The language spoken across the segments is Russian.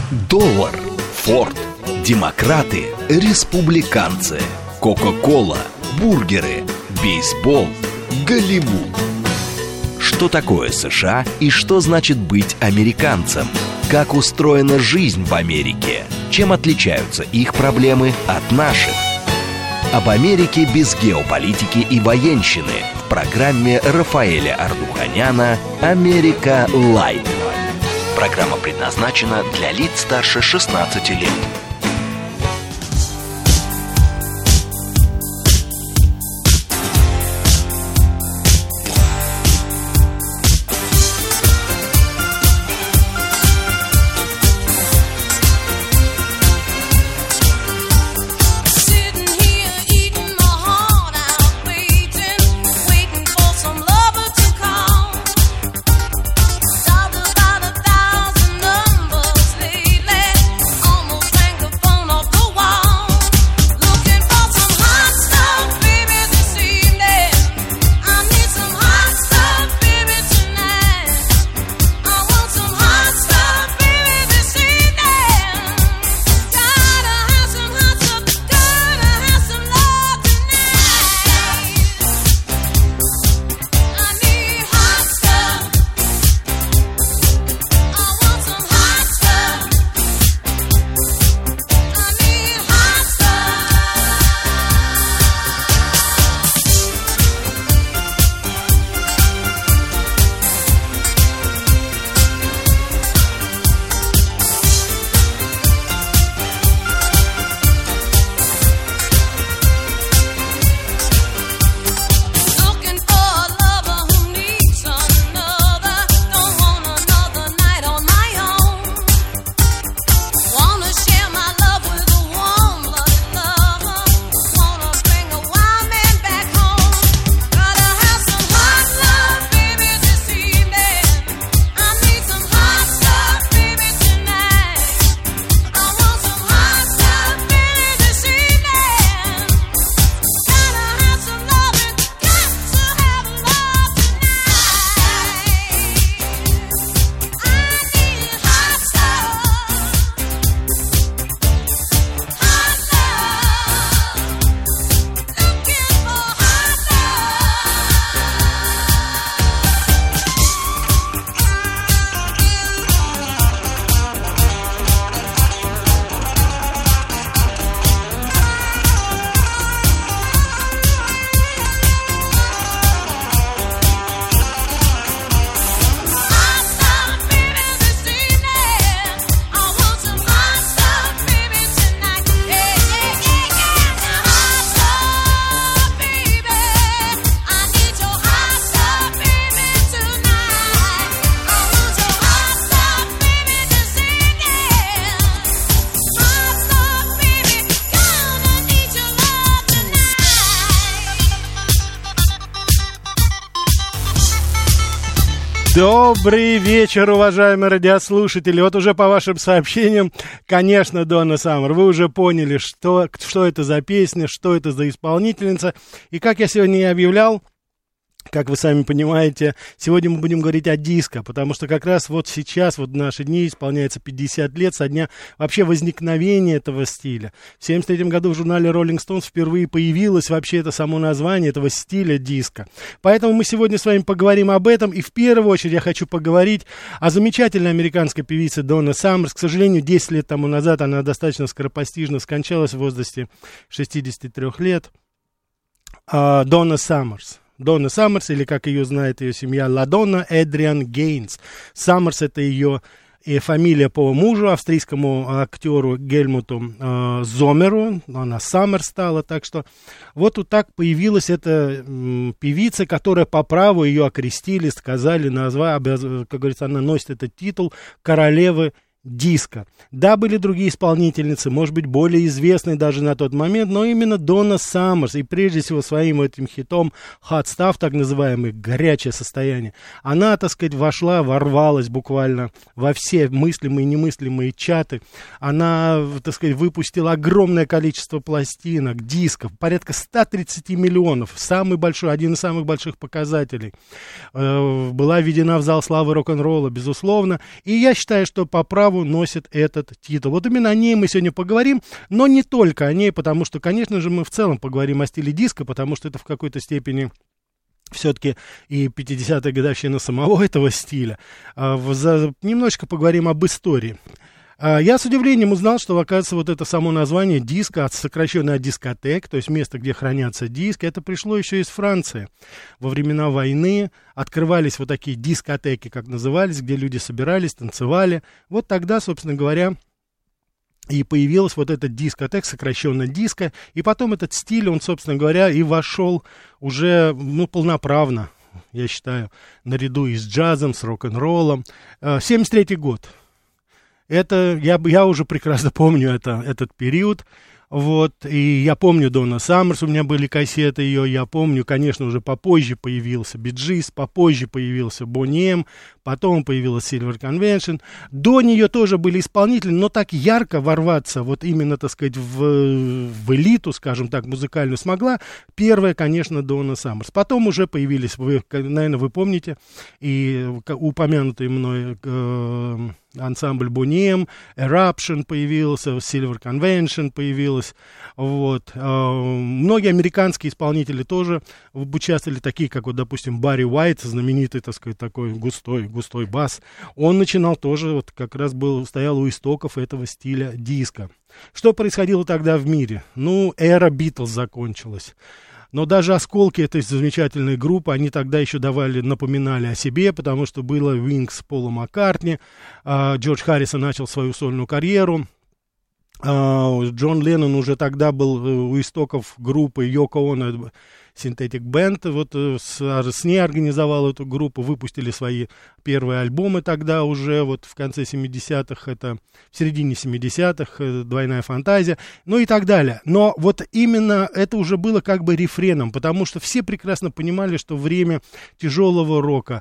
Доллар, Форд, демократы, республиканцы, Кока-кола, бургеры, бейсбол, Голливуд. Что такое США и что значит быть американцем? Как устроена жизнь в Америке? Чем отличаются их проблемы от наших? Об Америке без геополитики и военщины в программе Рафаэля Ардуханяна «Америка Лайт». Программа предназначена для лиц старше 16 лет. Добрый вечер, уважаемые радиослушатели. Вот уже по вашим сообщениям, конечно, Донна Саммер, вы уже поняли, что это за песня, что это за исполнительница. И как я сегодня и объявлял, как вы сами понимаете, сегодня мы будем говорить о диско, потому что как раз вот сейчас, вот в наши дни, исполняется 50 лет со дня вообще возникновения этого стиля. В 1973 году в журнале Rolling Stones впервые появилось вообще это само название этого стиля диско. Поэтому мы сегодня с вами поговорим об этом, и в первую очередь я хочу поговорить о замечательной американской певице Донна Саммерс. К сожалению, 10 лет тому назад она достаточно скоропостижно скончалась в возрасте 63 лет. Донна Саммерс. Донна Саммерс, или как ее знает ее семья, Ладонна Эдриан Гейнс. Саммерс — это ее фамилия по мужу, австрийскому актеру Гельмуту Зомеру. Она Саммерс стала, так что вот так появилась эта певица, которая по праву ее окрестили, сказали, как говорится, она носит этот титул королевы диско. Да, были другие исполнительницы, может быть, более известные даже на тот момент, но именно Донна Саммерс, и прежде всего своим этим хитом Hot Stuff, так называемый, горячее состояние, она, так сказать, ворвалась буквально во все мыслимые и немыслимые чаты. Она, так сказать, выпустила огромное количество пластинок, дисков, порядка 130 миллионов, самый большой, один из самых больших показателей. Была введена в зал славы рок-н-ролла, безусловно, и я считаю, что по праву праву носит этот титул. Вот именно о ней мы сегодня поговорим, но не только о ней, потому что, конечно же, мы в целом поговорим о стиле диско, потому что это в какой-то степени все-таки и 50-я годовщина самого этого стиля. Немножечко поговорим об истории. Я с удивлением узнал, что, оказывается, вот это само название диско, сокращенное от дискотек, то есть место, где хранятся диски, это пришло еще из Франции. Во времена войны открывались вот такие дискотеки, как назывались, где люди собирались, танцевали. Вот тогда, собственно говоря, и появилась вот эта дискотека, сокращенно диско, и потом этот стиль, он, собственно говоря, и вошел уже, полноправно, я считаю, наряду и с джазом, с рок-н-роллом. 73-й год. Это, я уже прекрасно помню этот период, вот, и я помню Донна Саммерс, у меня были кассеты ее, я помню, конечно, уже попозже появился Bee Gees, попозже появился Boney M, потом появилась Silver Convention, до нее тоже были исполнители, но так ярко ворваться, вот именно, так сказать, в элиту, скажем так, музыкальную смогла первая, конечно, Донна Саммерс. Потом уже появились, наверное, вы помните, и упомянутый мной ансамбль Boney M, Eruption появился, Silver Convention появилась, вот. Многие американские исполнители тоже участвовали, такие, как, вот, допустим, Барри Уайт, знаменитый, так сказать, такой густой бас. Он начинал тоже, вот как раз стоял у истоков этого стиля диско. Что происходило тогда в мире? Эра Битлз закончилась. Но даже осколки этой замечательной группы, они тогда еще напоминали о себе, потому что было Wings Пола Маккартни, Джордж Харрисон начал свою сольную карьеру, Джон Леннон уже тогда был у истоков группы Йоко Оно, Synthetic Band, вот с ней организовал эту группу, выпустили свои первые альбомы тогда уже, вот в конце 70-х, это в середине 70-х, «Двойная фантазия», и так далее. Но вот именно это уже было как бы рефреном, потому что все прекрасно понимали, что время тяжелого рока,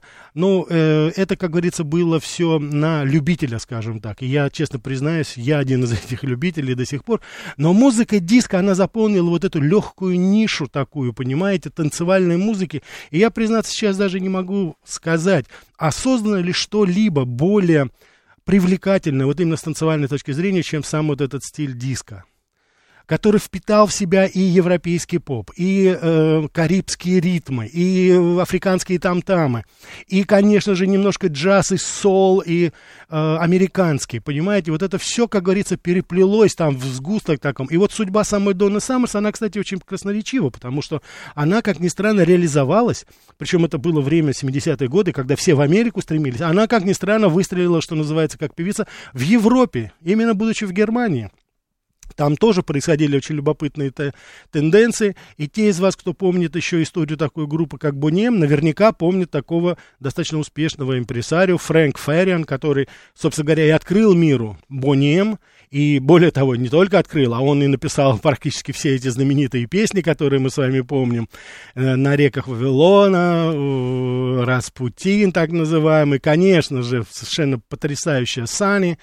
это, как говорится, было все на любителя, скажем так, и я, честно признаюсь, я один из этих любителей до сих пор, но музыка диско, она заполнила вот эту легкую нишу такую, понимаете, танцевальной музыки, и я, признаться, сейчас даже не могу сказать, осознанно ли что-либо более привлекательное, вот именно с танцевальной точки зрения, чем сам вот этот стиль диско, который впитал в себя и европейский поп, и карибские ритмы, и африканские там-тамы, и, конечно же, немножко джаз, и сол, и американский, понимаете, вот это все, как говорится, переплелось там в сгусток таком, и вот судьба самой Донны Саммерс, она, кстати, очень красноречива, потому что она, как ни странно, реализовалась, причем это было время 70-е годы, когда все в Америку стремились, она, как ни странно, выстрелила, что называется, как певица, в Европе, именно будучи в Германии. Там тоже происходили очень любопытные тенденции, и те из вас, кто помнит еще историю такой группы, как Boney M, наверняка помнят такого достаточно успешного импресарио Фрэнк Ферриан, который, собственно говоря, и открыл миру Boney M, и более того, не только открыл, а он и написал практически все эти знаменитые песни, которые мы с вами помним, «На реках Вавилона», «Распутин», так называемый, конечно же, совершенно потрясающая «Sunny»,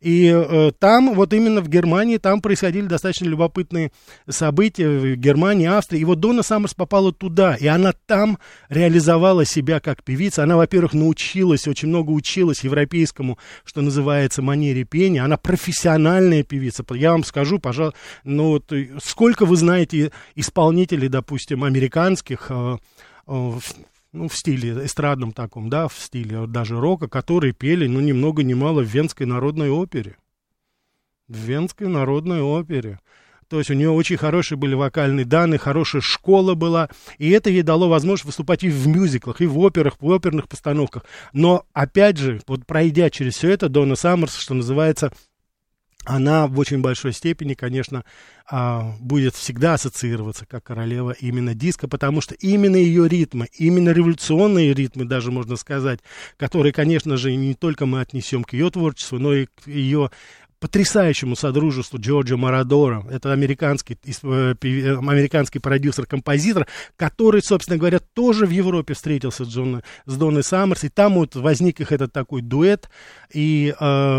и там, вот именно в Германии, там происходили достаточно любопытные события в Германии, Австрии, и вот Донна Саммерс попала туда, и она там реализовала себя как певица, она, во-первых, научилась, очень много училась европейскому, что называется, манере пения, она профессиональная певица, я вам скажу, пожалуйста, сколько вы знаете исполнителей, допустим, американских, в стиле эстрадном таком, да, в стиле даже рока, которые пели, ни много ни мало в Венской народной опере. В Венской народной опере. То есть у нее очень хорошие были вокальные данные, хорошая школа была, и это ей дало возможность выступать и в мюзиклах, и в операх, в оперных постановках. Но, опять же, вот пройдя через все это, Донна Саммерс, что называется, она в очень большой степени, конечно, будет всегда ассоциироваться как королева именно диско, потому что именно ее ритмы, именно революционные ритмы, даже можно сказать, которые, конечно же, не только мы отнесем к ее творчеству, но и к ее потрясающему содружеству Джорджа Морадора. Это американский продюсер-композитор, который, собственно говоря, тоже в Европе встретился с Донной Саммерс, и там вот возник их этот такой дуэт, и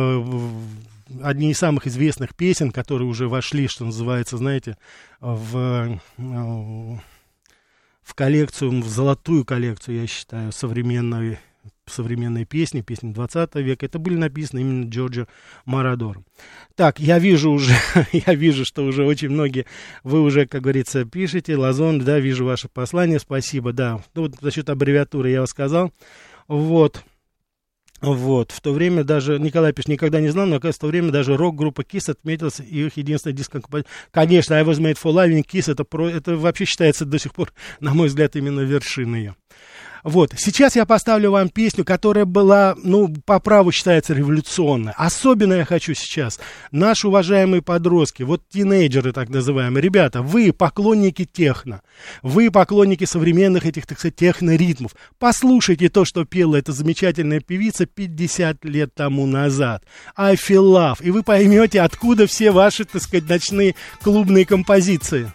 одни из самых известных песен, которые уже вошли, что называется, знаете, в коллекцию, в золотую коллекцию, я считаю, современной современные песни 20 века, это были написаны именно Джорджо Морадором. Так, я вижу, что уже очень многие, вы уже, как говорится, пишете, Лазон, да, вижу ваше послание, спасибо, да. Ну, вот за счет аббревиатуры я вам сказал. Вот, в то время даже, Николай пишет, никогда не знал, но, оказывается, в то время даже рок-группа Kiss отметилась, и их единственная дискокомпозиция. Конечно, I Was Made for Loving Kiss, это вообще считается до сих пор, на мой взгляд, именно вершиной ее. Вот, сейчас я поставлю вам песню, которая была, ну, по праву считается революционной. Особенно я хочу сейчас, наши уважаемые подростки, вот тинейджеры так называемые, ребята, вы поклонники техно, вы поклонники современных этих, так сказать, техно-ритмов. Послушайте то, что пела эта замечательная певица 50 лет тому назад. I Feel Love. И вы поймете, откуда все ваши, так сказать, ночные клубные композиции.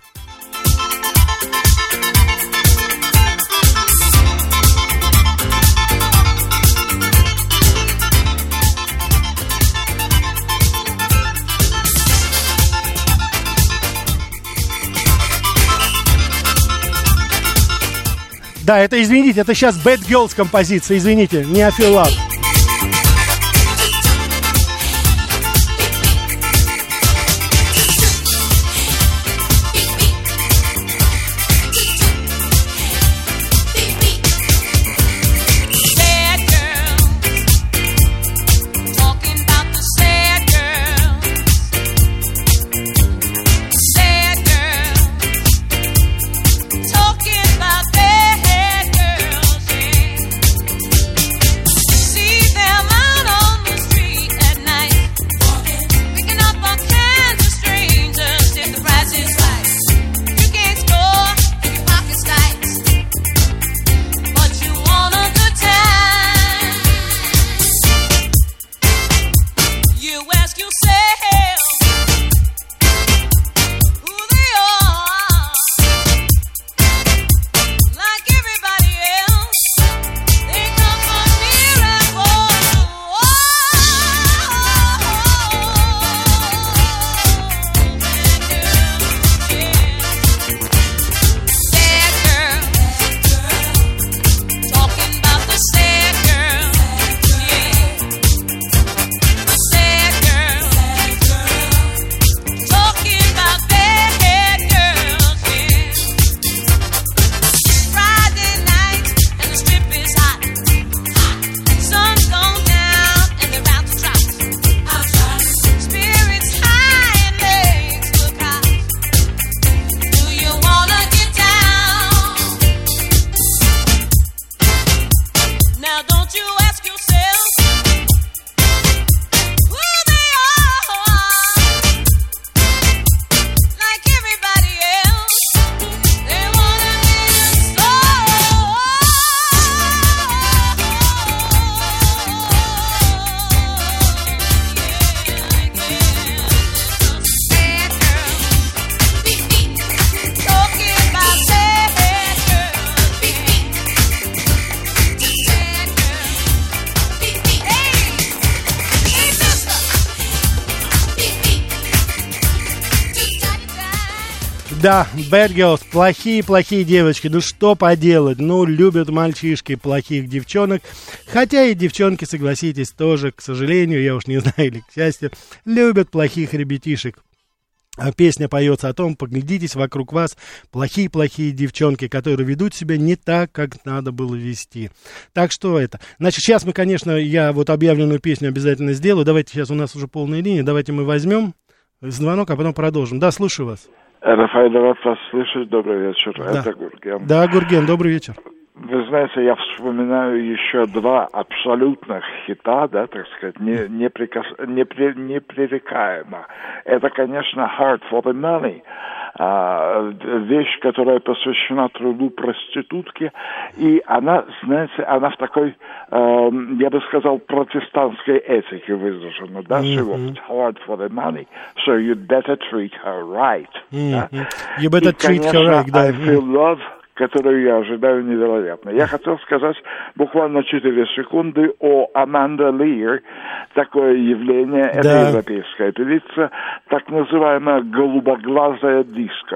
Да, это, извините, это сейчас Bad Girls композиция, извините, не I Feel Love. Да, Bad Girls, плохие девочки, ну что поделать, ну любят мальчишки плохих девчонок, хотя и девчонки, согласитесь, тоже, к сожалению, я уж не знаю, или к счастью, любят плохих ребятишек. Песня поется о том, поглядитесь вокруг вас, плохие девчонки, которые ведут себя не так, как надо было вести. Так что это. Значит, сейчас мы, конечно, я вот объявленную песню обязательно сделаю. Давайте, сейчас у нас уже полная линия, давайте мы возьмем звонок, а потом продолжим. Да, слушаю вас. Рафаэль, рад вас слышать. Добрый вечер. Да. Это Гурген. Да, Гурген, добрый вечер. Вы знаете, я вспоминаю еще два абсолютных хита, да, так сказать, непререкаемо. Это, конечно, Hard for the Money, вещь, которая посвящена труду проститутки, и она, знаете, она в такой, я бы сказал, протестантской этике выражена, да, she worked hard for the money, so you'd better treat her right. Да? You better treat her right, да. I feel love, которую я ожидаю невероятно. Я хотел сказать буквально 4 секунды о Аманда Лир. Такое явление, это европейская певица, так называемая голубоглазая диско.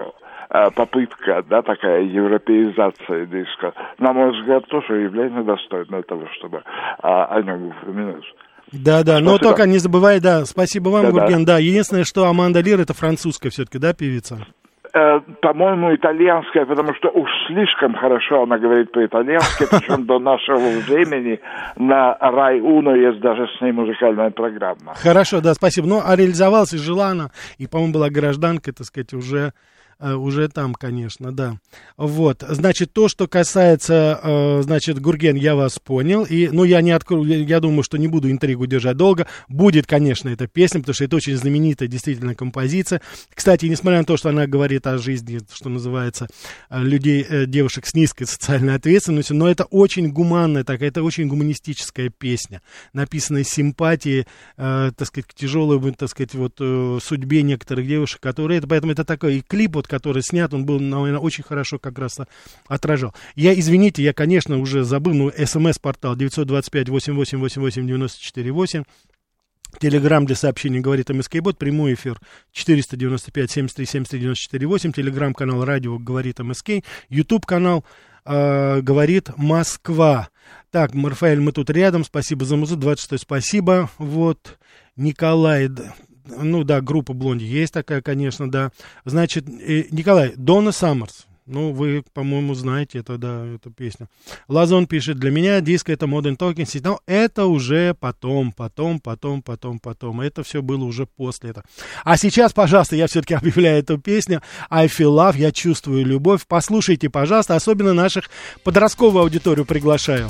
попытка, да, такая европеизация диска, на мой взгляд, тоже явление достойное того, чтобы о нем упомянуть. Да, но только не забывай, спасибо вам, Гурген, единственное, что Аманда Лир это французская все-таки, да, певица? По-моему, итальянская, потому что уж слишком хорошо она говорит по-итальянски, причем до нашего времени на Рай-Уно есть даже с ней музыкальная программа. Хорошо, спасибо. Ну, а реализовалась и жила она, и, по-моему, была гражданкой, так сказать, уже там, конечно, да. Вот, значит, то, что касается, значит, Гурген, я вас понял, и, я не открою, я думаю, что не буду интригу держать долго, будет, конечно, эта песня, потому что это очень знаменитая, действительно, композиция. Кстати, несмотря на то, что она говорит о жизни, что называется, людей, девушек с низкой социальной ответственностью, но это очень гуманная, это очень гуманистическая песня, написанная с симпатией, так сказать, к тяжелой, так сказать, судьбе некоторых девушек, которые, поэтому это такой, и клип, который снят, он был, наверное, очень хорошо как раз отражал. Извините, я, конечно, уже забыл, но СМС-портал 925-88-88-94-8. Телеграм для сообщений говорит МСК-бот, прямой эфир 495-73-73-94-8. Телеграм-канал радио говорит МСК. Ютуб-канал говорит Москва. Так, Рафаэль, мы тут рядом, спасибо за музыку, 26-й, спасибо. Вот, Николай... группа Блонди есть такая, конечно, да. Значит, Николай, Донна Саммерс. Вы, по-моему, знаете эту песню. Лазон пишет, для меня диско это Modern Talking, но это уже потом. Это все было уже после этого. А сейчас, пожалуйста, я все-таки объявляю эту песню I Feel Love, я чувствую любовь. Послушайте, пожалуйста, особенно наших подростковую аудиторию приглашаю.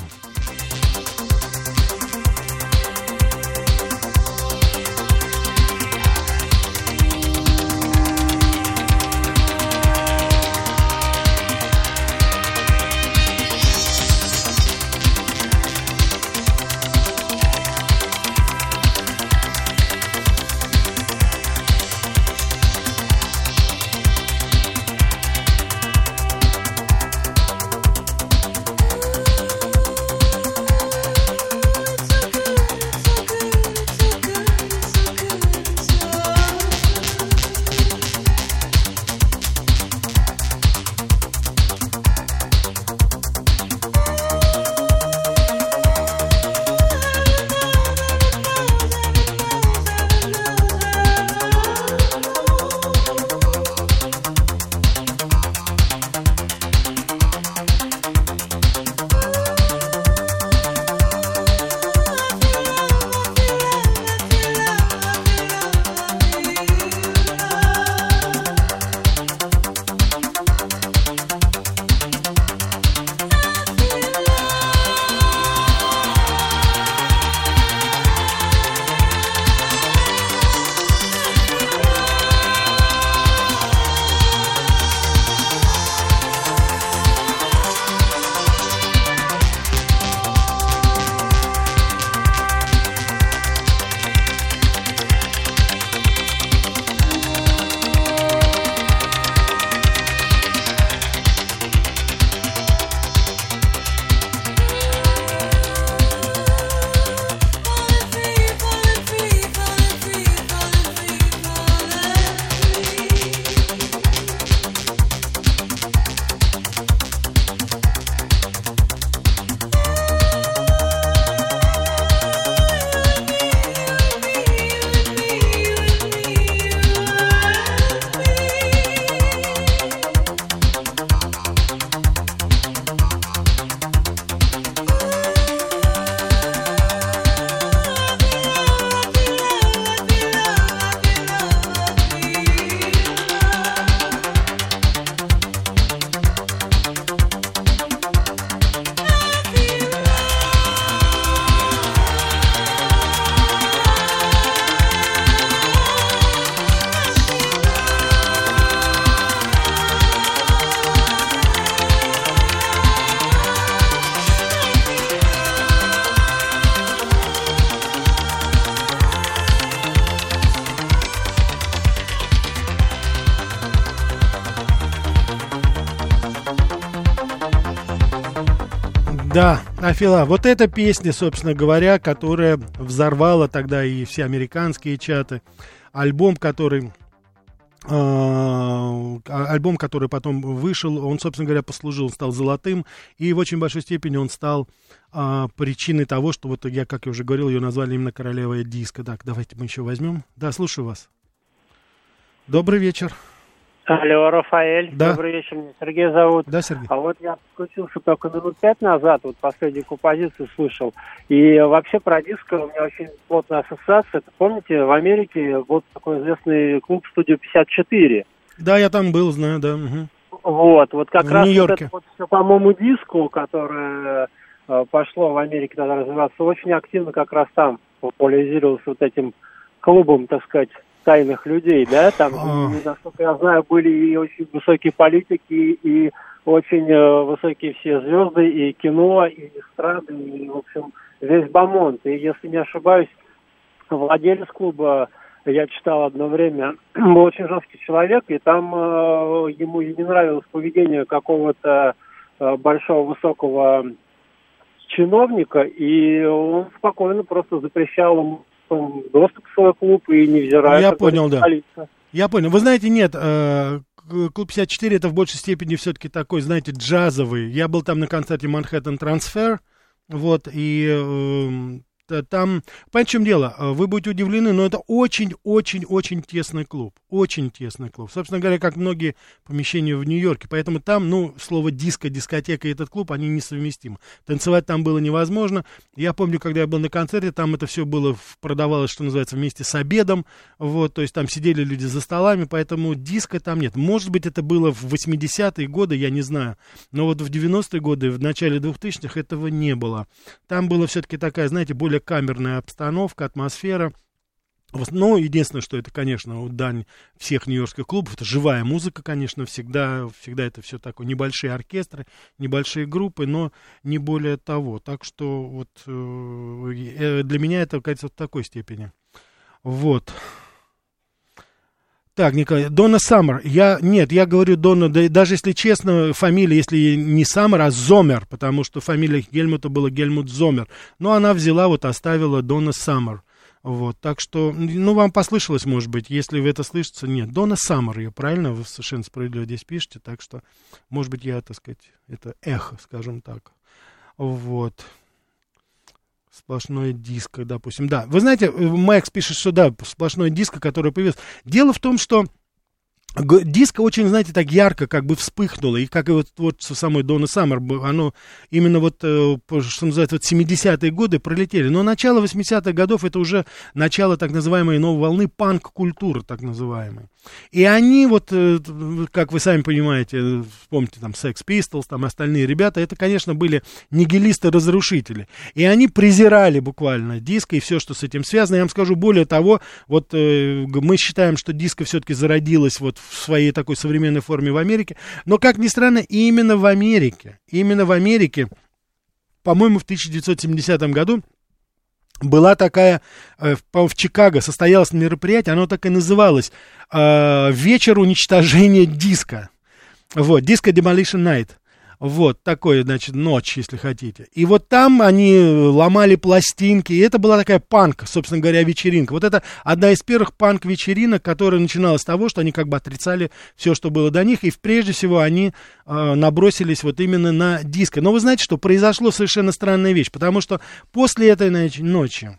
Да, Афила, вот эта песня, собственно говоря, которая взорвала тогда и все американские чаты, альбом, который альбом, который потом вышел, он, собственно говоря, послужил, стал золотым, и в очень большой степени он стал причиной того, что вот я, как я уже говорил, ее назвали именно королевой диска. Так, давайте мы еще возьмем. Да, слушаю вас. Добрый вечер. Алло, Рафаэль. Да. Добрый вечер, меня Сергей зовут. Да, Сергей. А вот я подключился только минут 5 назад, вот последнюю композицию слышал. И вообще про диско у меня очень плотная ассоциация. Помните, в Америке был такой известный клуб «Студия 54». Да, я там был, знаю, да. Угу. Вот как в раз Нью-Йорке. вот это вот все, по-моему, диско, которое пошло в Америке тогда развиваться, очень активно как раз там популяризировалось вот этим клубом, так сказать, тайных людей, да, там, насколько я знаю, были и очень высокие политики, и очень высокие все звезды, и кино, и эстрады, и, в общем, весь бомонд. И, если не ошибаюсь, владелец клуба, я читал одно время, был очень жесткий человек, и там ему не нравилось поведение какого-то большого, высокого чиновника, и он спокойно просто запрещал ему доступ в свой клуб и невзирая... Я понял, да. Я понял. Вы знаете, нет, клуб 54 это в большей степени все-таки такой, знаете, джазовый. Я был там на концерте Manhattan Transfer, вот, и там, понимаете, в чем дело? Вы будете удивлены, но это очень-очень-очень тесный клуб. Очень тесный клуб. Собственно говоря, как многие помещения в Нью-Йорке. Поэтому там, слово диско, дискотека и этот клуб, они несовместимы. Танцевать там было невозможно. Я помню, когда я был на концерте, там это все было, продавалось, что называется, вместе с обедом. Вот, то есть там сидели люди за столами, поэтому диска там нет. Может быть, это было в 80-е годы, я не знаю. Но вот в 90-е годы, в начале 2000-х этого не было. Там была все-таки такая, знаете, более камерная обстановка, атмосфера. Ну, единственное, что это, конечно, дань всех нью-йоркских клубов, это живая музыка, конечно, всегда это все такое, небольшие оркестры, небольшие группы, но не более того. Так что вот для меня это, кажется, в такой степени. Вот. Так, Николай, Донна Саммер. Я говорю Донна, да, даже если честно, фамилия, если не Саммер, а Зомер, потому что фамилия Гельмута была Гельмут Зомер. Но она взяла, оставила Донна Саммер. Вот, так что, вам послышалось, может быть, если вы это слышите, нет. Донна Саммер ее, правильно? Вы совершенно справедливо здесь пишете, так что, может быть, я, так сказать, это эхо, скажем так. Вот. Сплошное диско, допустим. Да, вы знаете, Макс пишет, что да, сплошное диско, которое появилось. Дело в том, что диско очень, знаете, так ярко как бы вспыхнуло, и как и вот творчество самой Донны Саммер, оно именно что называется, 70-е годы пролетели. Но начало 80-х годов это уже начало так называемой новой волны панк-культуры, так называемой. И они как вы сами понимаете, вспомните там Sex Pistols, там остальные ребята, это, конечно, были нигилисты-разрушители. И они презирали буквально диско и все, что с этим связано. Я вам скажу более того, мы считаем, что диско все-таки зародилось в своей такой современной форме в Америке. Но, как ни странно, именно в Америке, по-моему, в 1970 году была такая, в Чикаго состоялось мероприятие, оно так и называлось «Вечер уничтожения диска». Вот, «Disco Demolition Night». Вот, такое, значит, ночь, если хотите. И вот там они ломали пластинки, и это была такая панк, собственно говоря, вечеринка. Вот это одна из первых панк-вечеринок, которая начиналась с того, что они как бы отрицали все, что было до них, и прежде всего они набросились именно на диско. Но вы знаете, что произошла совершенно странная вещь, потому что после этой ночи,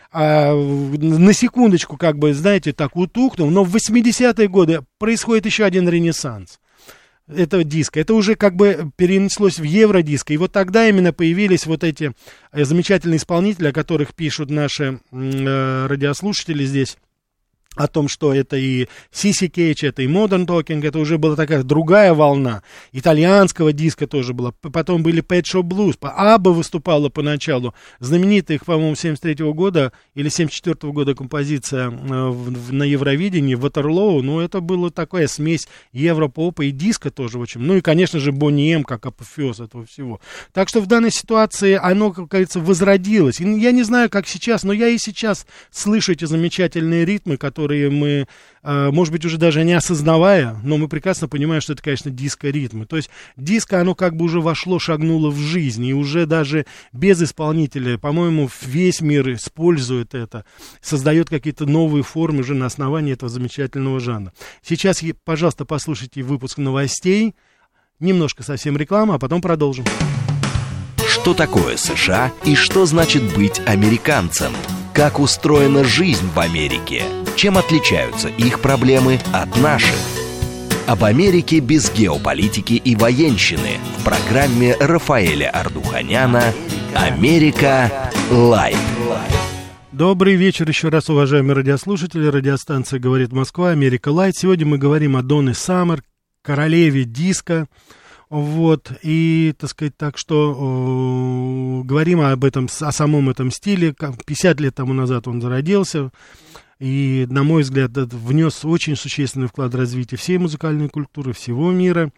на секундочку, как бы, знаете, так утухнул, но в 80-е годы происходит еще один ренессанс. Это диско, это уже как бы перенеслось в евродиско, и вот тогда именно появились эти замечательные исполнители, о которых пишут наши радиослушатели здесь, о том, что это и Сиси Кейдж, это и Modern Talking, это уже была такая другая волна. Итальянского диска тоже была. Потом были Pet Shop Blues. Абба выступала поначалу. Знаменитая их, по-моему, 73-го года или 74-го года композиция на Евровидении, Waterloo. Ну, это была такая смесь европопа и диска тоже очень. Ну, и, конечно же, Boney M, как апофеоз этого всего. Так что в данной ситуации оно, как говорится, возродилось. И я не знаю, как сейчас, но я и сейчас слышу эти замечательные ритмы, которые которые мы, может быть, уже даже не осознавая, но мы прекрасно понимаем, что это, конечно, диско-ритмы. То есть диско, оно как бы уже вошло, шагнуло в жизнь, и уже даже без исполнителя, по-моему, весь мир использует это, создает какие-то новые формы уже на основании этого замечательного жанра. Сейчас, пожалуйста, послушайте выпуск новостей, немножко совсем реклама, а потом продолжим. Что такое США и что значит быть американцем? Как устроена жизнь в Америке? Чем отличаются их проблемы от наших? Об Америке без геополитики и военщины в программе Рафаэля Ардуханяна «Америка Лайт». Добрый вечер еще раз, уважаемые радиослушатели. Радиостанция «Говорит Москва», «Америка Лайт». Сегодня мы говорим о Донне Саммер, королеве диска. Вот, и, так сказать, так что говорим об этом, о самом этом стиле. 50 лет тому назад он зародился, и, на мой взгляд, внес очень существенный вклад в развитие всей музыкальной культуры, всего мира.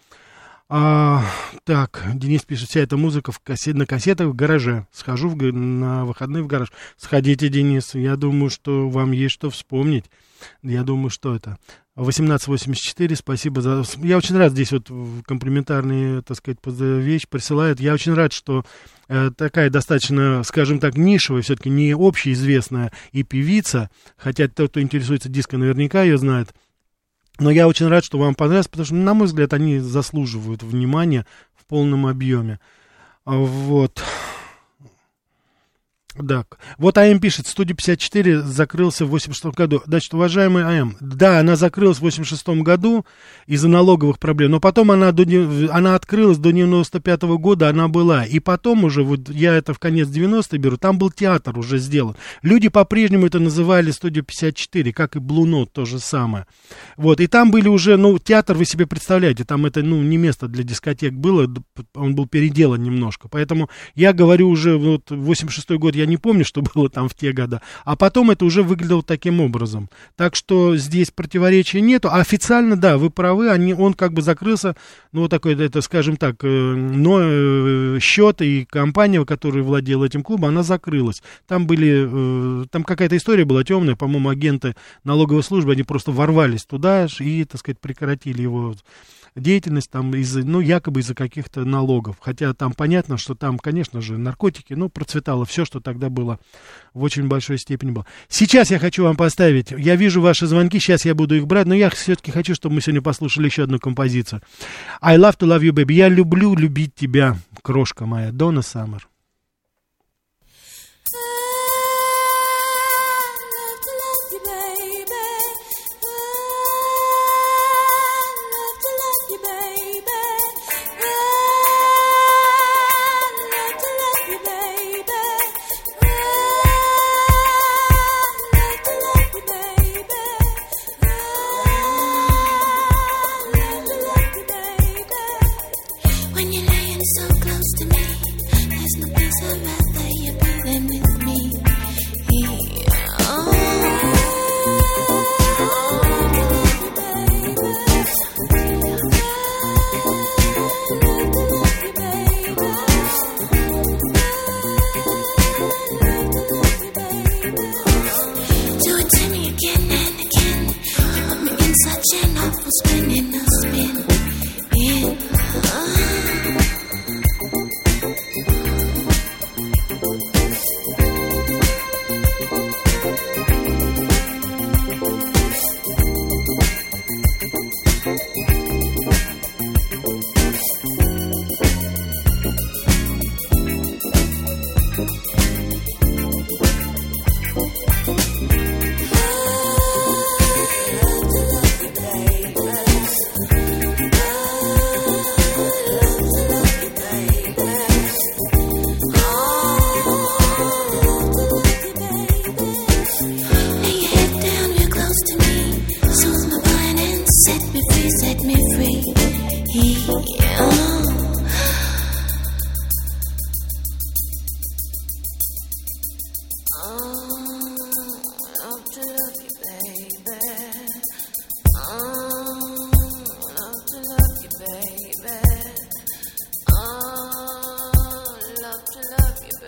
Так, Денис пишет, вся эта музыка на кассетах в гараже. Схожу на выходные в гараж. Сходите, Денис, я думаю, что вам есть что вспомнить. Я думаю, что это... 1884, спасибо за... Я очень рад, здесь вот комплиментарные, так сказать, вещи присылают. Я очень рад, что такая достаточно, скажем так, нишевая, все-таки не общеизвестная и певица, хотя тот, кто интересуется диско, наверняка ее знает. Но я очень рад, что вам понравилось, потому что, на мой взгляд, они заслуживают внимания в полном объеме. Вот... Так, вот АМ пишет, студия 54 закрылся в 86 году. Значит, уважаемый АМ, да, она закрылась в 86 году из-за налоговых проблем, но потом она открылась до 95 года, она была. И потом уже, вот я это в конец 90-х беру, там был театр уже сделан. Люди по-прежнему это называли студию 54, как и Blue Note, то же самое. Вот, и там были уже, театр, вы себе представляете, там это, не место для дискотек было, он был переделан немножко. Поэтому я говорю уже, вот, 86-й год, я не помню, что было там в те годы, а потом это уже выглядело таким образом. Так что здесь противоречия нету. А официально, да, вы правы, он как бы закрылся, вот такой, это, скажем так, но счет и компания, которая владела этим клубом, она закрылась. Там какая-то история была темная, по-моему, агенты налоговой службы, они просто ворвались туда и, так сказать, прекратили его деятельность там якобы из-за каких-то налогов. Хотя там понятно, что там, конечно же, наркотики, процветало все, что тогда было в очень большой степени было. Сейчас я хочу вам поставить, я вижу ваши звонки, сейчас я буду их брать, но я все-таки хочу, чтобы мы сегодня послушали еще одну композицию. I love to love you, baby. Я люблю любить тебя, крошка моя, Донна Саммер.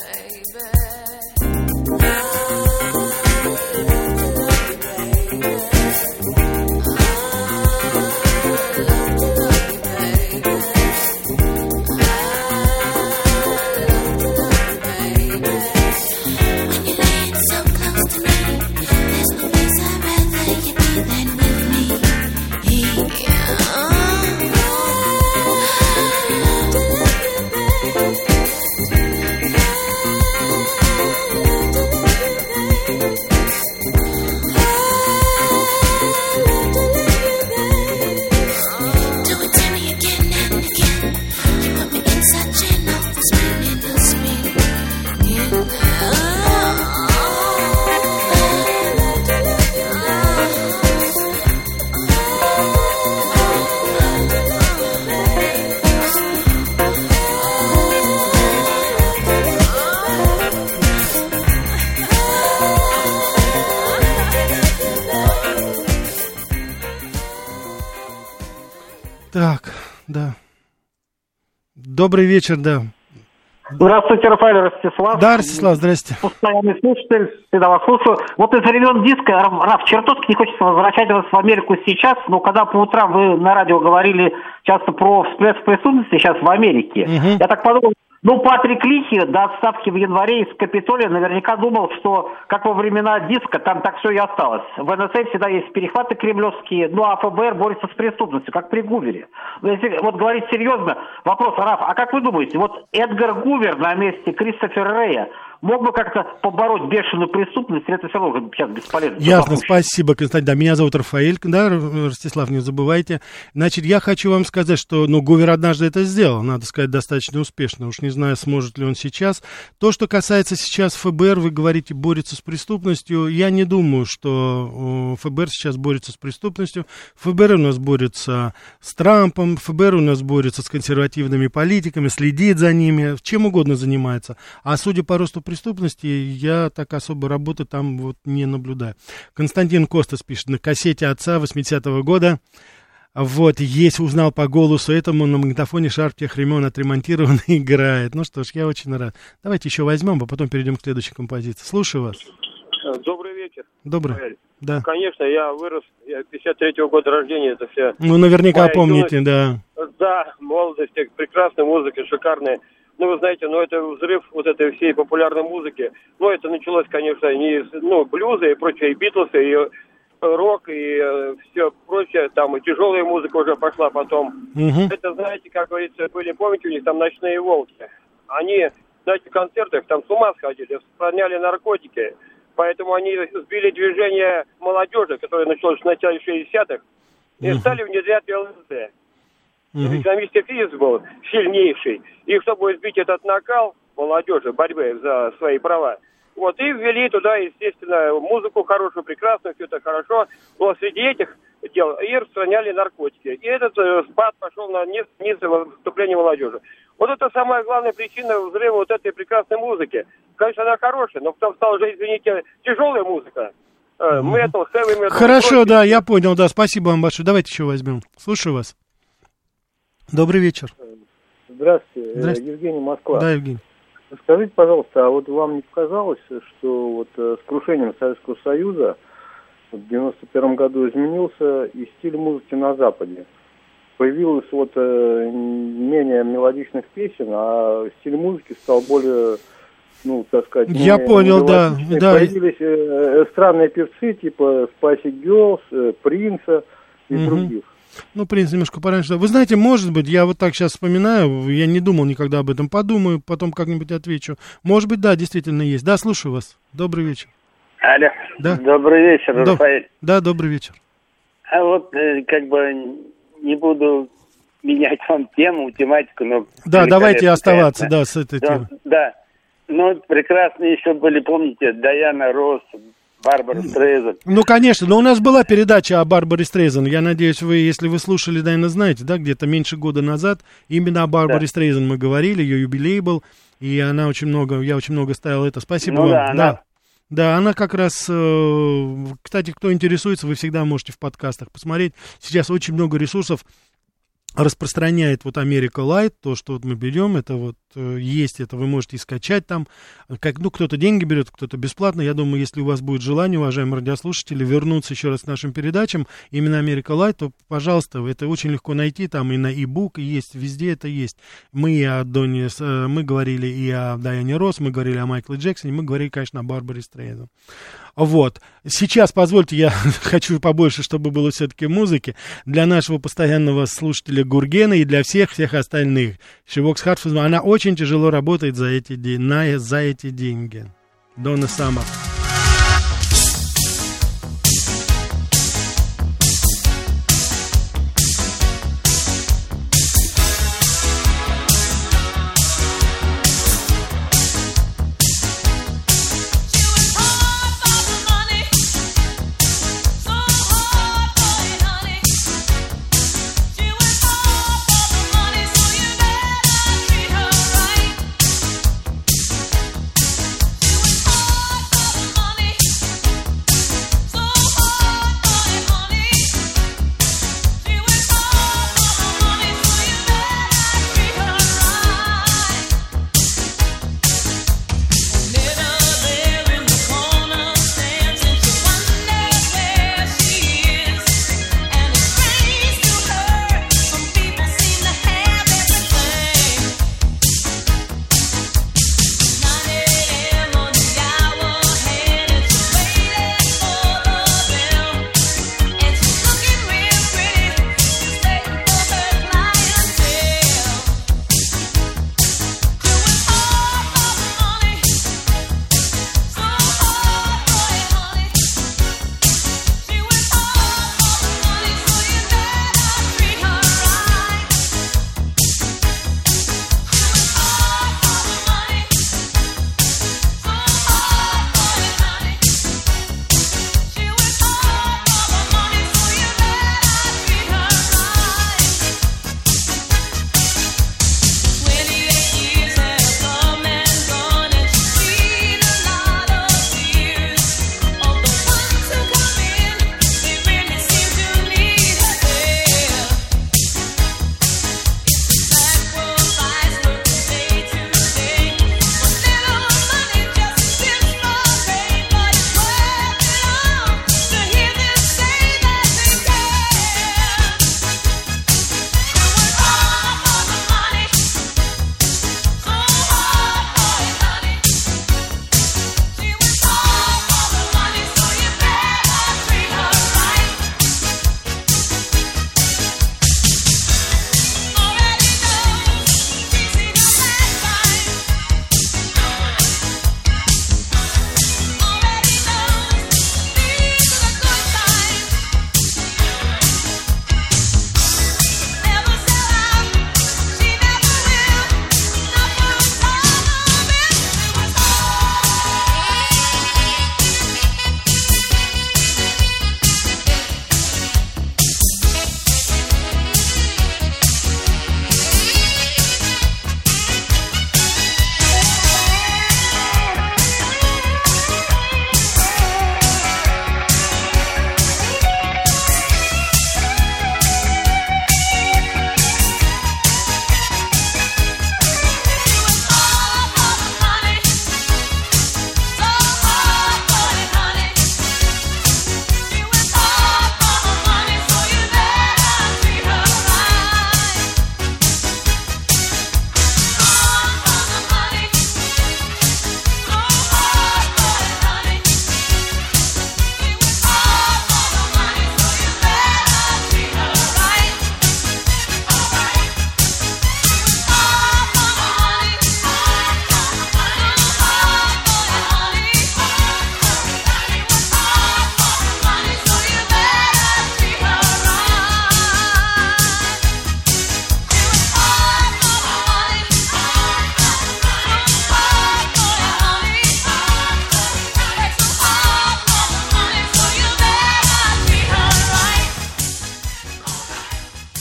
Baby. Так, да. Добрый вечер, да. Здравствуйте, Рафаэль, Ростислав. Да, Ростислав, здрасте. Постоянный слушатель, всегда вас слушаю. Вот из времен диска, Раф, чертовски не хочется возвращать вас в Америку сейчас, но когда по утрам вы на радио говорили часто про всплеск преступности сейчас в Америке, я так подумал, Патрик Лихи до отставки в январе из Капитолия наверняка думал, что, как во времена диска, там так все и осталось. В НСА всегда есть перехваты кремлевские, а ФБР борется с преступностью, как при Гувере. Если вот говорить серьезно, вопрос, Раф, а как вы думаете, вот Эдгар Гувер на месте Кристофера Рэя мог бы как-то побороть бешеную преступность, или это все равно сейчас бесполезно? Ясно, спасибо, Константин. Да, меня зовут Рафаэль, да, Ростислав, не забывайте. Значит, я хочу вам сказать, что, Гувер однажды это сделал, надо сказать, достаточно успешно. Уж не знаю, сможет ли он сейчас. То, что касается сейчас ФБР, вы говорите, борется с преступностью. Я не думаю, что ФБР сейчас борется с преступностью. ФБР у нас борется с Трампом, ФБР у нас борется с консервативными политиками, следит за ними, чем угодно занимается. А судя по росту преступности, я так особо работы там вот не наблюдаю. Константин Костас пишет, на кассете отца 80-го года, вот, есть, узнал по голосу этому, на магнитофоне шарф тех времен отремонтирован и играет. Ну что ж, я очень рад. Давайте еще возьмем, а потом перейдем к следующей композиции. Слушаю вас. Добрый вечер. Добрый. Да. Конечно, я вырос, я 53-го года рождения, это все. Наверняка помните, да. Да, молодость, прекрасная музыка, шикарная. Вы знаете, это взрыв вот этой всей популярной музыки. Это началось, конечно, не из, блюза и прочее, и Битлсы, и рок, и все прочее, там и тяжелая музыка уже пошла потом. Это, знаете, как говорится, были, помните, у них там «Ночные волки». Они на этих концертах там с ума сходили, распространяли наркотики. Поэтому они сбили движение молодежи, которое началось в начале 60-х, и стали внедрять ЛСД. Экономический кризис был сильнейший. И чтобы избить этот накал молодежи, борьбы за свои права, и ввели туда, естественно, музыку хорошую, прекрасную, все это хорошо. Но среди этих дел и распространяли наркотики. И этот спад пошел на низ выступления молодежи. Вот это самая главная причина взрыва вот этой прекрасной музыки. Конечно, она хорошая, но потом стала уже, извините, тяжелая музыка. Метал, хэви метал. Хорошо, да, я понял, да, спасибо вам большое. Давайте еще возьмем. Слушаю вас. Добрый вечер. Здравствуйте, Евгений, Москва. Да, Евгений. Скажите, пожалуйста, а вот вам не показалось, что вот с крушением Советского Союза в 91 году изменился и стиль музыки на Западе? Появилось менее мелодичных песен, а стиль музыки стал более, так сказать... Я понял, да. Появились странные певцы типа Spice Girls, Принца и других. Принц немножко пораньше. Вы знаете, может быть, я вот так сейчас вспоминаю, я не думал никогда об этом, подумаю, потом как-нибудь отвечу. Может быть, да, действительно есть. Да, слушаю вас. Добрый вечер. Алло. Да. Добрый вечер, Рафаэль. Да, добрый вечер. А не буду менять вам тематику, но... Да, давайте оставаться, с этой темой. Да. Прекрасно еще были, помните, Дайана Росс, Барбара Стрейзанд. Конечно, но у нас была передача о Барбаре Стрейзанд. Я надеюсь, если вы слушали, наверное, знаете, да, где-то меньше года назад именно о Барбаре Стрейзанд мы говорили, ее юбилей был, и я очень много ставил это. Спасибо вам. Да, она как раз, кстати, кто интересуется, вы всегда можете в подкастах посмотреть. Сейчас очень много ресурсов распространяет Америка Лайт, то, что мы берем, это есть, это вы можете и скачать там, кто-то деньги берет, кто-то бесплатно. Я думаю, если у вас будет желание, уважаемые радиослушатели, вернуться еще раз к нашим передачам, именно Америка Лайт, то, пожалуйста, это очень легко найти, там и на e-book есть, везде это есть. Мы говорили и о Дайане Росс, мы говорили о Майкле Джексоне, мы говорили, конечно, о Барбаре Стрейзанд. Сейчас, позвольте, я хочу побольше, чтобы было все-таки музыки для нашего постоянного слушателя Гургена и для всех остальных. Шивокс Хартфуз, она очень тяжело работает за эти деньги. Донна Саммер.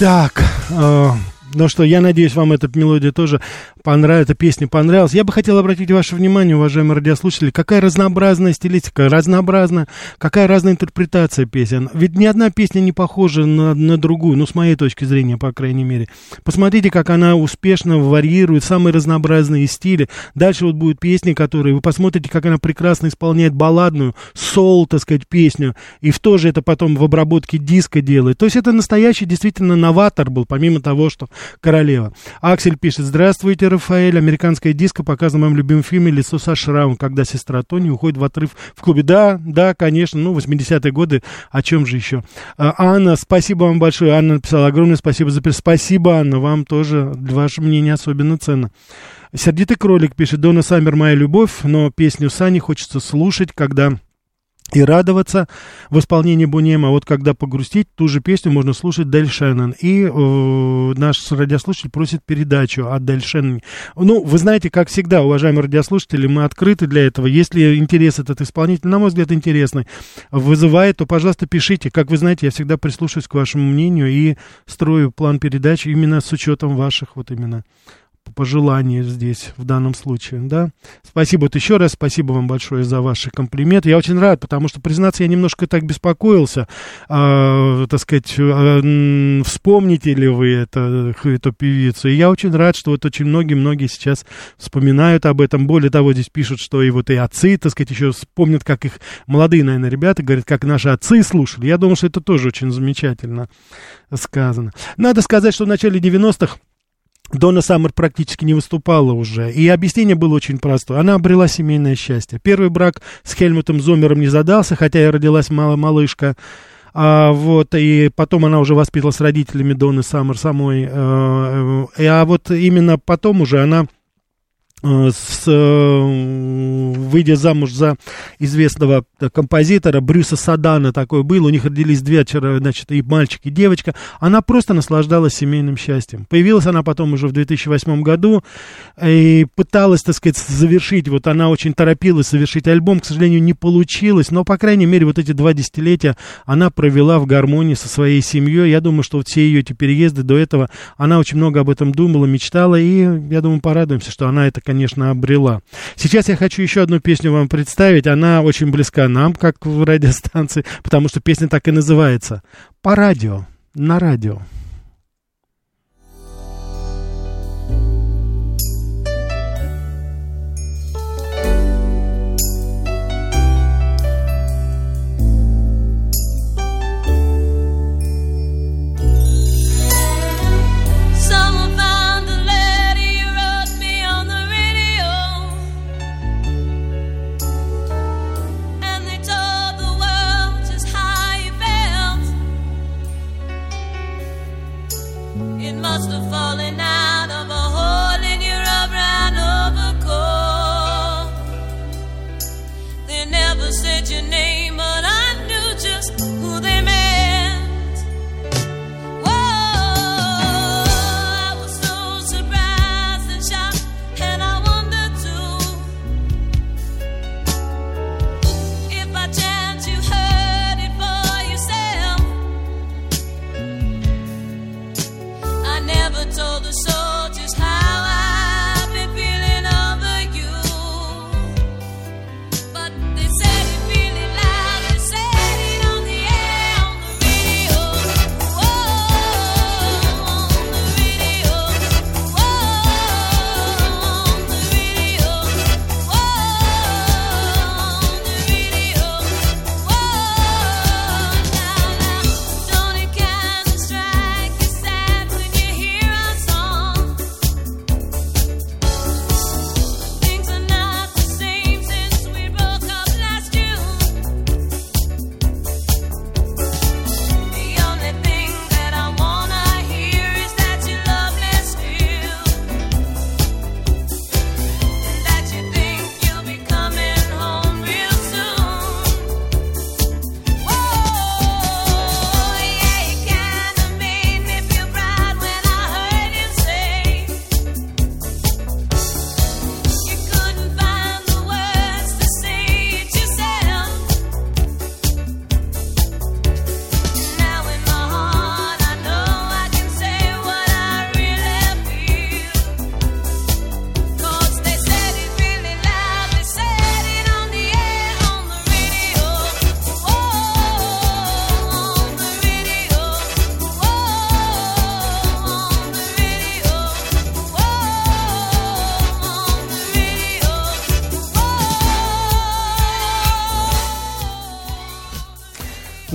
Так, ну что, я надеюсь, вам эта мелодия тоже понравилась, эта песня понравилась. Я бы хотел обратить ваше внимание, уважаемые радиослушатели, какая разнообразная стилистика, какая разная интерпретация песен. Ведь ни одна песня не похожа на другую, ну, с моей точки зрения, по крайней мере. Посмотрите, как она успешно варьирует самые разнообразные стили. Дальше вот будут песни, которые... Вы посмотрите, как она прекрасно исполняет балладную, соул, так сказать, песню, и в то же это потом в обработке диска делает. То есть это настоящий, действительно, новатор был, помимо того, что королева. Аксель пишет: здравствуйте, Рафаэль. Американская диско показана в моем любимом фильме «Лицо со шрамом», когда сестра Тони уходит в отрыв в клубе. Да, конечно, 80-е годы, о чем же еще. Анна, спасибо вам большое. Анна написала огромное спасибо за... Спасибо, Анна, вам тоже, ваше мнение особенно ценно. Сердитый кролик пишет: Донна Саммер моя любовь, но песню Сани хочется слушать, когда... и радоваться в исполнении Бунема. А вот когда погрустить, ту же песню можно слушать Дель Шеннон. И наш радиослушатель просит передачу о Дель Шенноне. Ну, вы знаете, как всегда, уважаемые радиослушатели, мы открыты для этого. Если интерес этот исполнитель, на мой взгляд, интересный, вызывает, то, пожалуйста, пишите. Как вы знаете, я всегда прислушиваюсь к вашему мнению и строю план передачи именно с учетом ваших вот именно пожелания здесь, в данном случае, да. Спасибо вот еще раз, спасибо вам большое за ваши комплименты. Я очень рад, потому что, признаться, я немножко так беспокоился, так сказать, вспомните ли вы эту певицу. И я очень рад, что вот очень многие сейчас вспоминают об этом. Более того, здесь пишут, что и вот и отцы, так сказать, еще вспомнят, как их молодые, наверное, ребята говорят, как наши отцы слушали. Я думаю, что это тоже очень замечательно сказано. Надо сказать, что в начале 90-х Донна Саммер практически не выступала уже, и объяснение было очень простое. Она обрела семейное счастье. Первый брак с Хельмутом Зоммером не задался, хотя и родилась малышка. И потом она уже воспитывалась с родителями Донны Саммер самой. А вот именно потом уже она... выйдя замуж за известного композитора Брюса Садана, такой был, у них родились две, значит, и мальчик, и девочка, она просто наслаждалась семейным счастьем. Появилась она потом уже в 2008 году и пыталась, так сказать, завершить, вот она очень торопилась завершить альбом, к сожалению, не получилось, но, по крайней мере, вот эти 2 десятилетия она провела в гармонии со своей семьей. Я думаю, что вот все ее эти переезды до этого, она очень много об этом думала, мечтала, и, я думаю, порадуемся, что она это, конечно, обрела. Сейчас я хочу еще одну песню вам представить. Она очень близка нам, как в радиостанции, потому что песня так и называется. По радио, на радио. Must have fallen out of a hole in your brown overcoat. They never said your name, but I knew just who they meant. Whoa, I was so surprised and shocked, and I wondered too if by chance you heard it for yourself. I never told the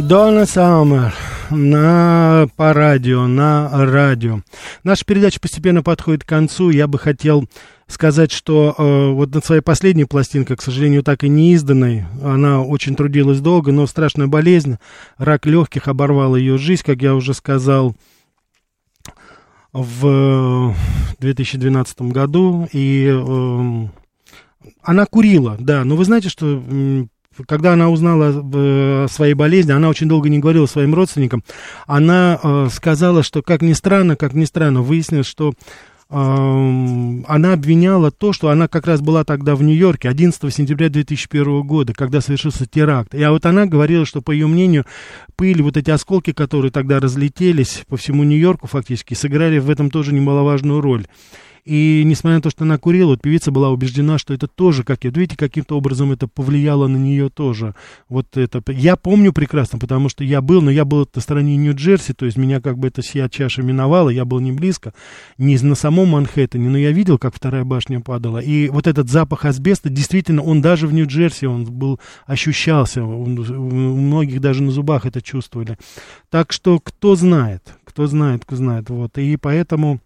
Донна Саммер по радио, на радио. Наша передача постепенно подходит к концу. Я бы хотел сказать, что вот над своей последней пластинкой, к сожалению, так и не изданной, она очень трудилась долго, но страшная болезнь, рак легких оборвал ее жизнь, как я уже сказал, в 2012 году. И она курила, да, но вы знаете, что... Когда она узнала о своей болезни, она очень долго не говорила своим родственникам. Она сказала, что, как ни странно, выяснилось, что она обвиняла то, что она как раз была тогда в Нью-Йорке 11 сентября 2001 года, когда совершился теракт. И вот она говорила, что, по ее мнению, пыль, вот эти осколки, которые тогда разлетелись по всему Нью-Йорку фактически, сыграли в этом тоже немаловажную роль. И несмотря на то, что она курила, вот певица была убеждена, что это тоже, видите, каким-то образом это повлияло на нее тоже. Вот это. Я помню прекрасно, потому что я был на стороне Нью-Джерси, то есть меня как бы эта сия чаша миновала, я был не близко, не на самом Манхэттене, но я видел, как вторая башня падала. И вот этот запах асбеста, действительно, он даже в Нью-Джерси, ощущался, у многих даже на зубах это чувствовали. Так что кто знает, вот. И поэтому...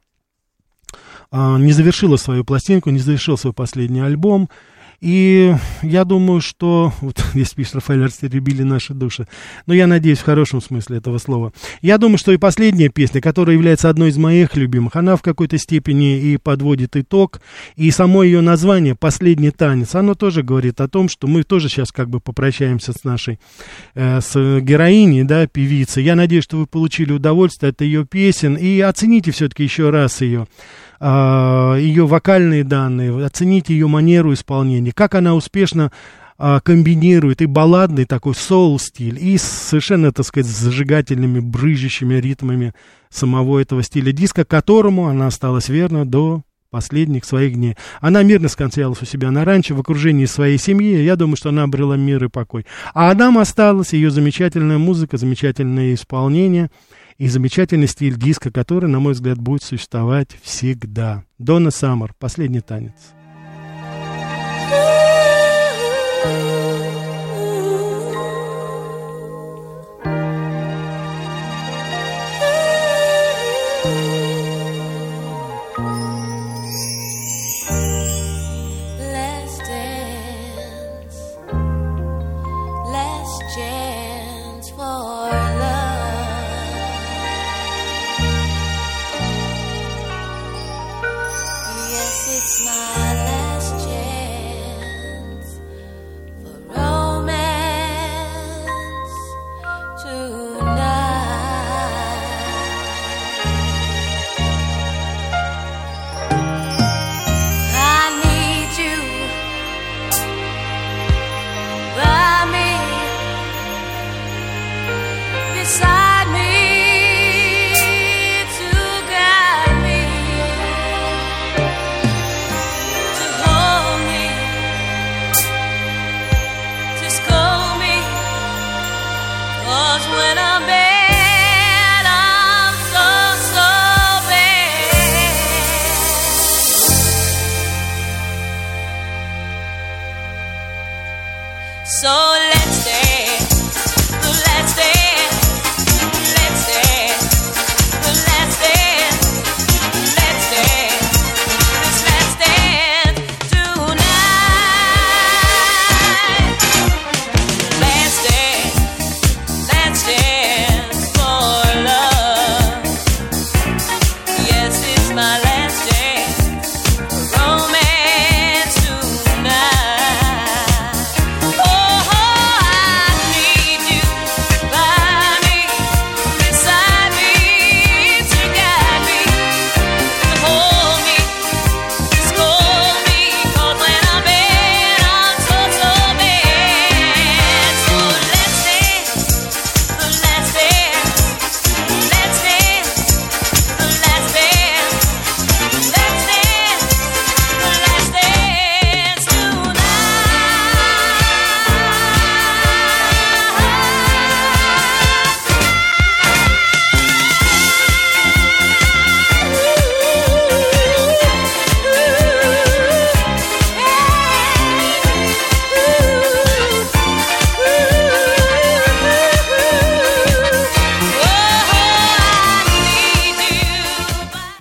не завершила свою пластинку, не завершил свой последний альбом. И я думаю, что... Вот здесь пишет Рафаэль, растеребили наши души. Но я надеюсь, в хорошем смысле этого слова. Я думаю, что и последняя песня, которая является одной из моих любимых, она в какой-то степени и подводит итог. И само ее название «Последний танец», оно тоже говорит о том, что мы тоже сейчас как бы попрощаемся с нашей с героиней, да, певицей. Я надеюсь, что вы получили удовольствие от ее песен. И оцените все-таки еще раз ее вокальные данные, оцените ее манеру исполнения, как она успешно комбинирует и балладный такой соул-стиль, и совершенно, так сказать, с зажигательными, брызжущими ритмами самого этого стиля диска, которому она осталась верна до последних своих дней. Она мирно скончалась у себя на ранчо, в окружении своей семьи. Я думаю, что она обрела мир и покой. А нам осталась ее замечательная музыка, замечательное исполнение и замечательный стиль диска, который, на мой взгляд, будет существовать всегда. Донна Саммер, «Последний танец».